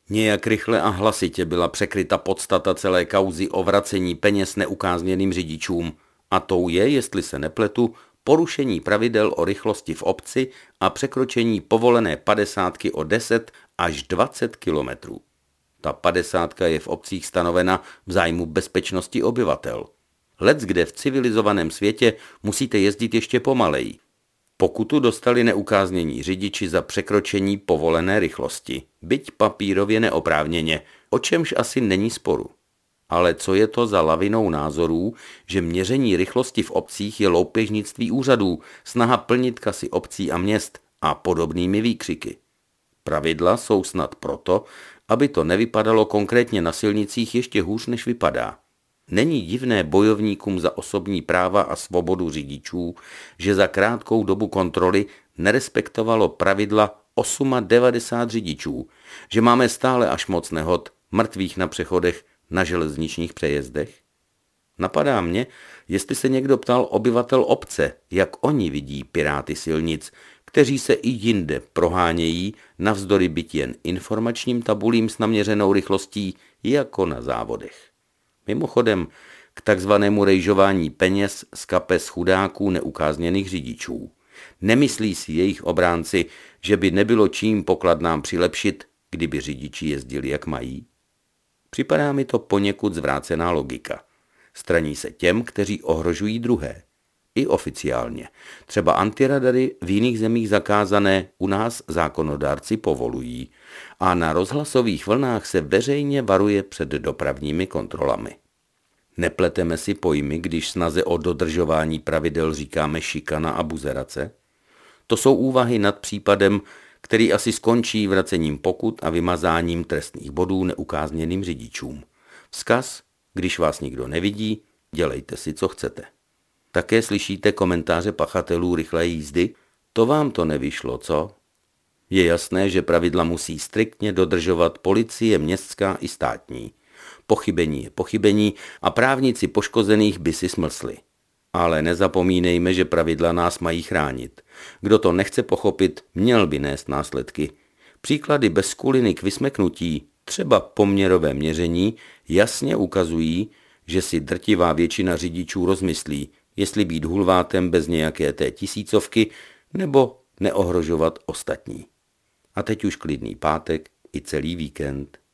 Nějak rychle a hlasitě byla překryta podstata celé kauzy o vracení peněz neukázněným řidičům. A tou je, jestli se nepletu, porušení pravidel o rychlosti v obci a překročení povolené padesátky o 10 až 20 kilometrů. Ta padesátka je v obcích stanovena v zájmu bezpečnosti obyvatel. Leckde v civilizovaném světě musíte jezdit ještě pomaleji. Pokutu dostali neukáznění řidiči za překročení povolené rychlosti, byť papírově neoprávněně, o čemž asi není sporu. Ale co je to za lavinou názorů, že měření rychlosti v obcích je loupežnictví úřadů, snaha plnit kasy obcí a měst a podobnými výkřiky? Pravidla jsou snad proto, aby to nevypadalo konkrétně na silnicích ještě hůř, než vypadá. Není divné bojovníkům za osobní práva a svobodu řidičů, že za krátkou dobu kontroly nerespektovalo pravidla 98 řidičů, že máme stále až moc nehod, mrtvých na přechodech, na železničních přejezdech? Napadá mě, jestli se někdo ptal obyvatel obce, jak oni vidí piráty silnic, kteří se i jinde prohánějí navzdory byt jen informačním tabulím s naměřenou rychlostí jako na závodech. Mimochodem, k takzvanému rejžování peněz z kapes chudáků neukázněných řidičů. Nemyslí si jejich obránci, že by nebylo čím pokladnám přilepšit, kdyby řidiči jezdili jak mají? Připadá mi to poněkud zvrácená logika. Straní se těm, kteří ohrožují druhé. I oficiálně. Třeba antiradary v jiných zemích zakázané u nás zákonodárci povolují a na rozhlasových vlnách se veřejně varuje před dopravními kontrolami. Nepleteme si pojmy, když snaze o dodržování pravidel říkáme šikana a buzerace? To jsou úvahy nad případem, který asi skončí vracením pokut a vymazáním trestných bodů neukázněným řidičům. Vzkaz, když vás nikdo nevidí, dělejte si, co chcete. Také slyšíte komentáře pachatelů rychlé jízdy? To vám to nevyšlo, co? Je jasné, že pravidla musí striktně dodržovat policie městská i státní. Pochybení je pochybení a právníci poškozených by si smlsli. Ale nezapomínejme, že pravidla nás mají chránit. Kdo to nechce pochopit, měl by nést následky. Příklady bez skuliny k vysmeknutí, třeba poměrové měření, jasně ukazují, že si drtivá většina řidičů rozmyslí, jestli být hulvátem bez nějaké té tisícovky nebo neohrožovat ostatní. A teď už klidný pátek i celý víkend.